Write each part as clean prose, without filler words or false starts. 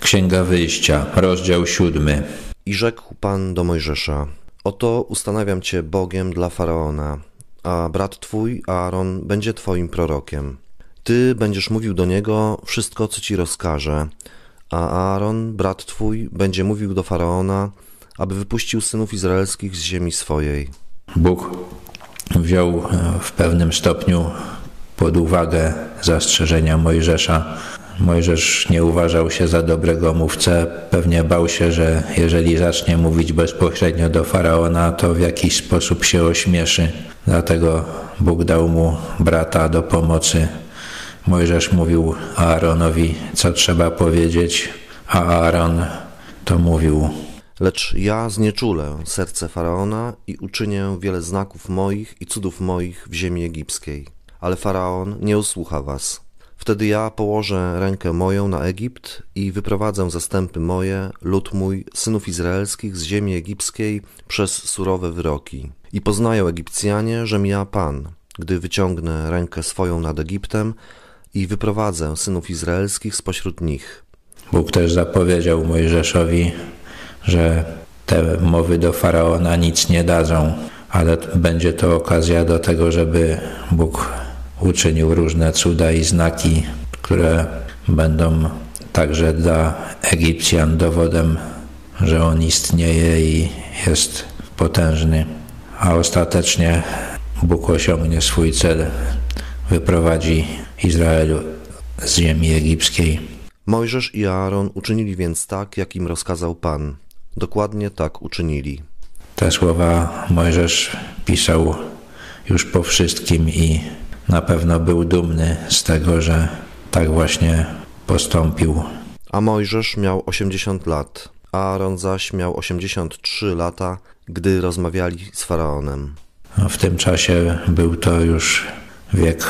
Księga Wyjścia, rozdział 7. I rzekł Pan do Mojżesza: Oto ustanawiam Cię Bogiem dla Faraona, a brat Twój, Aaron, będzie Twoim prorokiem. Ty będziesz mówił do niego wszystko, co Ci rozkaże, a Aaron, brat Twój, będzie mówił do Faraona, aby wypuścił synów izraelskich z ziemi swojej. Bóg wziął w pewnym stopniu pod uwagę zastrzeżenia Mojżesza. Mojżesz nie uważał się za dobrego mówcę, pewnie bał się, że jeżeli zacznie mówić bezpośrednio do Faraona, to w jakiś sposób się ośmieszy. Dlatego Bóg dał mu brata do pomocy. Mojżesz mówił Aaronowi, co trzeba powiedzieć, a Aaron to mówił: Lecz ja znieczulę serce Faraona i uczynię wiele znaków moich i cudów moich w ziemi egipskiej. Ale Faraon nie usłucha was. Wtedy ja położę rękę moją na Egipt i wyprowadzę zastępy moje, lud mój, synów izraelskich z ziemi egipskiej przez surowe wyroki. I poznają Egipcjanie, żem ja Pan, gdy wyciągnę rękę swoją nad Egiptem i wyprowadzę synów izraelskich spośród nich. Bóg też zapowiedział Mojżeszowi, że te mowy do Faraona nic nie dadzą, ale będzie to okazja do tego, żeby Bóg uczynił różne cuda i znaki, które będą także dla Egipcjan dowodem, że On istnieje i jest potężny. A ostatecznie Bóg osiągnie swój cel, wyprowadzi Izrael z ziemi egipskiej. Mojżesz i Aaron uczynili więc tak, jak im rozkazał Pan. Dokładnie tak uczynili. Te słowa Mojżesz pisał już po wszystkim i na pewno był dumny z tego, że tak właśnie postąpił. A Mojżesz miał 80 lat, a Aaron zaś miał 83 lata, gdy rozmawiali z Faraonem. W tym czasie był to już wiek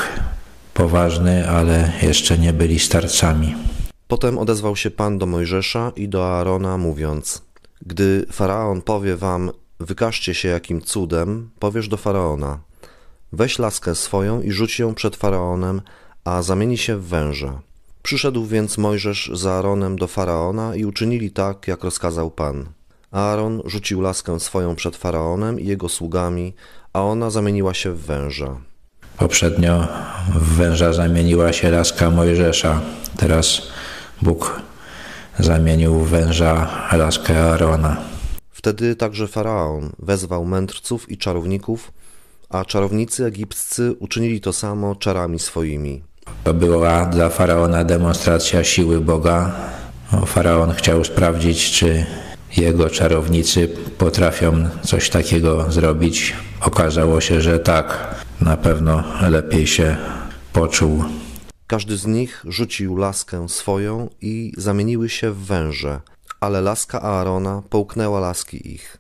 poważny, ale jeszcze nie byli starcami. Potem odezwał się Pan do Mojżesza i do Aarona, mówiąc: Gdy Faraon powie wam, wykażcie się jakim cudem, powiesz do Faraona: weź laskę swoją i rzuć ją przed Faraonem, a zamieni się w węża. Przyszedł więc Mojżesz z Aaronem do Faraona i uczynili tak, jak rozkazał Pan. Aaron rzucił laskę swoją przed Faraonem i jego sługami, a ona zamieniła się w węża. Poprzednio w węża zamieniła się laska Mojżesza. Teraz Bóg zamienił w węża laskę Aarona. Wtedy także Faraon wezwał mędrców i czarowników, a czarownicy egipscy uczynili to samo czarami swoimi. To była dla Faraona demonstracja siły Boga. Faraon chciał sprawdzić, czy jego czarownicy potrafią coś takiego zrobić. Okazało się, że tak. Na pewno lepiej się poczuł. Każdy z nich rzucił laskę swoją i zamieniły się w węże, ale laska Aarona połknęła laski ich.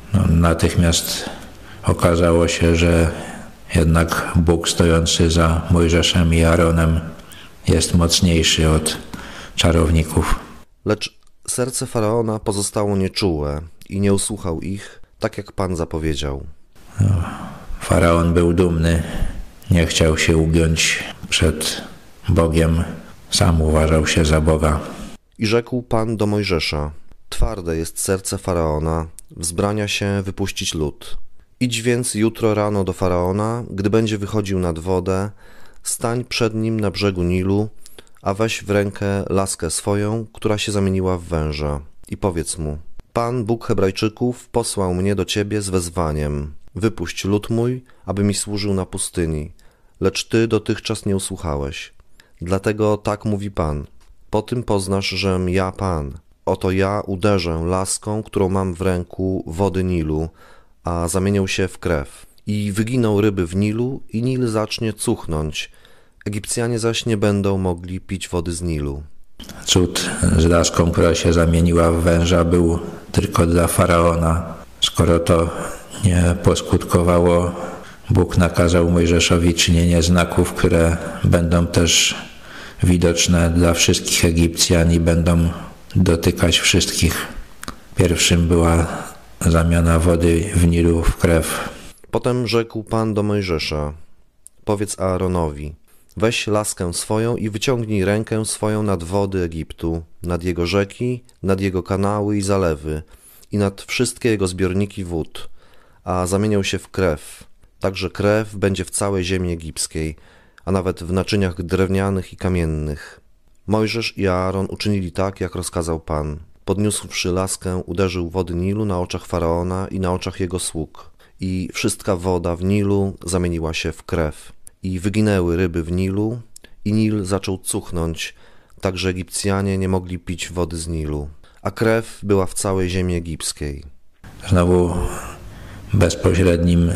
Natychmiast okazało się, że jednak Bóg stojący za Mojżeszem i Aaronem jest mocniejszy od czarowników. Lecz serce Faraona pozostało nieczułe i nie usłuchał ich, tak jak Pan zapowiedział. Faraon był dumny, nie chciał się ugiąć przed Bogiem, sam uważał się za Boga. I rzekł Pan do Mojżesza: twarde jest serce Faraona, wzbrania się wypuścić lud. Idź więc jutro rano do Faraona, gdy będzie wychodził nad wodę, stań przed nim na brzegu Nilu, a weź w rękę laskę swoją, która się zamieniła w węża, i powiedz mu: Pan, Bóg Hebrajczyków, posłał mnie do ciebie z wezwaniem: wypuść lud mój, aby mi służył na pustyni, lecz ty dotychczas nie usłuchałeś. Dlatego tak mówi Pan: po tym poznasz, żem ja Pan. Oto ja uderzę laską, którą mam w ręku, wody Nilu, a zamienią się w krew. I wyginą ryby w Nilu i Nil zacznie cuchnąć. Egipcjanie zaś nie będą mogli pić wody z Nilu. Cud z laską, która się zamieniła w węża, był tylko dla Faraona. Skoro to nie poskutkowało, Bóg nakazał Mojżeszowi czynienie znaków, które będą też widoczne dla wszystkich Egipcjan i będą dotykać wszystkich. Pierwszym była zamiana wody w Nilu w krew. Potem rzekł Pan do Mojżesza: powiedz Aaronowi: weź laskę swoją i wyciągnij rękę swoją nad wody Egiptu, nad jego rzeki, nad jego kanały i zalewy i nad wszystkie jego zbiorniki wód, a zamienią się w krew. Także krew będzie w całej ziemi egipskiej, a nawet w naczyniach drewnianych i kamiennych. Mojżesz i Aaron uczynili tak, jak rozkazał Pan. Podniósłszy laskę, uderzył wody Nilu na oczach Faraona i na oczach jego sług. I wszystka woda w Nilu zamieniła się w krew. I wyginęły ryby w Nilu, i Nil zaczął cuchnąć, tak że Egipcjanie nie mogli pić wody z Nilu. A krew była w całej ziemi egipskiej. Znowu bezpośrednim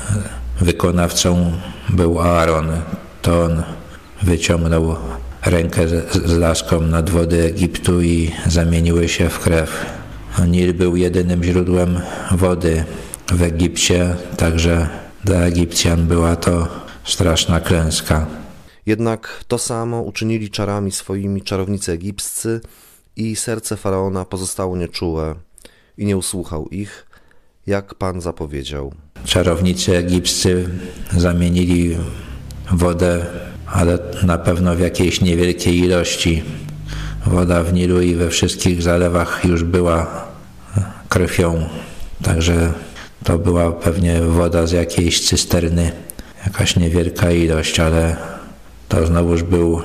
wykonawcą był Aaron. To on wyciągnął rękę z laską nad wody Egiptu i zamieniły się w krew. Nil był jedynym źródłem wody w Egipcie, także dla Egipcjan była to straszna klęska. Jednak to samo uczynili czarami swoimi czarownicy egipscy i serce Faraona pozostało nieczułe i nie usłuchał ich, jak Pan zapowiedział. Czarownicy egipscy zamienili wodę, ale na pewno w jakiejś niewielkiej ilości. Woda w Nilu i we wszystkich zalewach już była krwią, także to była pewnie woda z jakiejś cysterny, jakaś niewielka ilość, ale to znowuż był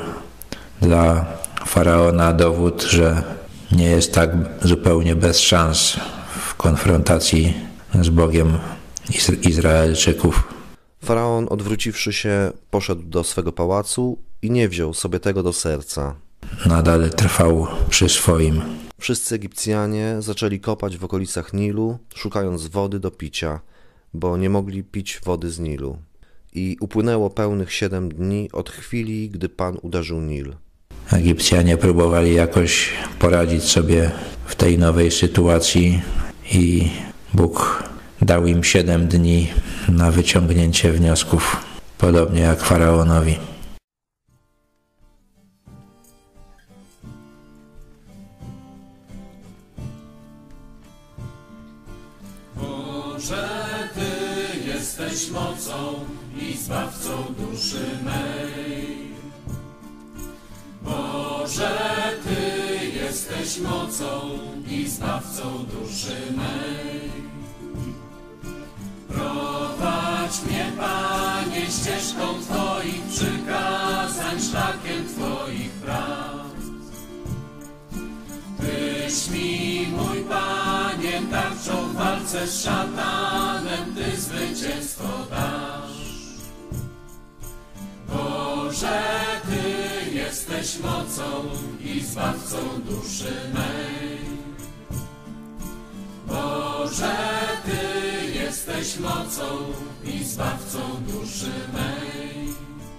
dla Faraona dowód, że nie jest tak zupełnie bez szans w konfrontacji z Bogiem Izraelczyków. Faraon, odwróciwszy się, poszedł do swego pałacu i nie wziął sobie tego do serca. Nadal trwał przy swoim. Wszyscy Egipcjanie zaczęli kopać w okolicach Nilu, szukając wody do picia, bo nie mogli pić wody z Nilu. I upłynęło pełnych 7 dni od chwili, gdy Pan uderzył Nil. Egipcjanie próbowali jakoś poradzić sobie w tej nowej sytuacji i Bóg dał im 7 dni na wyciągnięcie wniosków, podobnie jak Faraonowi. Boże, Ty jesteś mocą i Zbawcą duszy mej. Boże, Ty jesteś mocą i Zbawcą duszy mej. Prowadź mnie, Panie, ścieżką Twoich przykazań, szlakiem Twoich praw. Tyś mi, mój Panie, tarczą w walce z szatanem, Ty zwycięstwo dasz. Boże, Ty jesteś mocą i Zbawcą duszy mej. Boże, Ty jesteś mocą i Zbawcą duszy mej.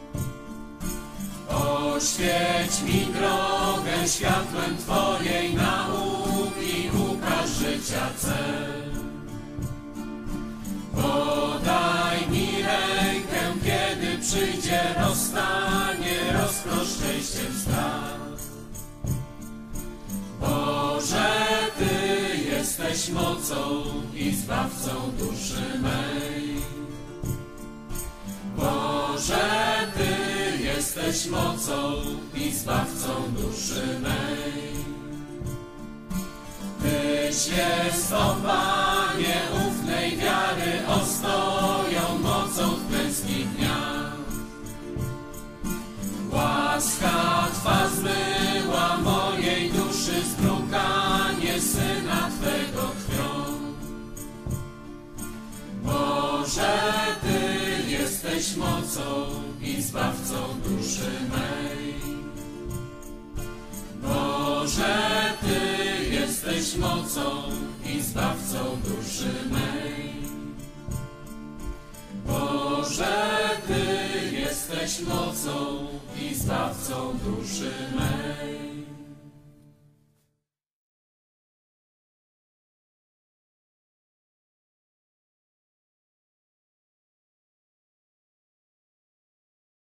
Oświeć mi drogę światłem Twojej nauki, ukaż życia cel. Podaj mi rękę, kiedy przyjdzie rozstanie, rozprosz szczęściem strach. Boże, Ty jesteś mocą i Zbawcą duszy mej. Boże, Ty jesteś mocą i Zbawcą duszy mej. Tyś jest, o Panie, ufnej wiary ostoją, mocą w klęskich dniach. Łaska Twa zmyła mojej duszy zbrukanie Syna Twego krwią. Boże, Ty jesteś mocą i Zbawcą duszy mej. Boże, Ty jesteś mocą i Zbawcą duszy mej. Boże, Ty jesteś mocą i Zbawcą duszy mej.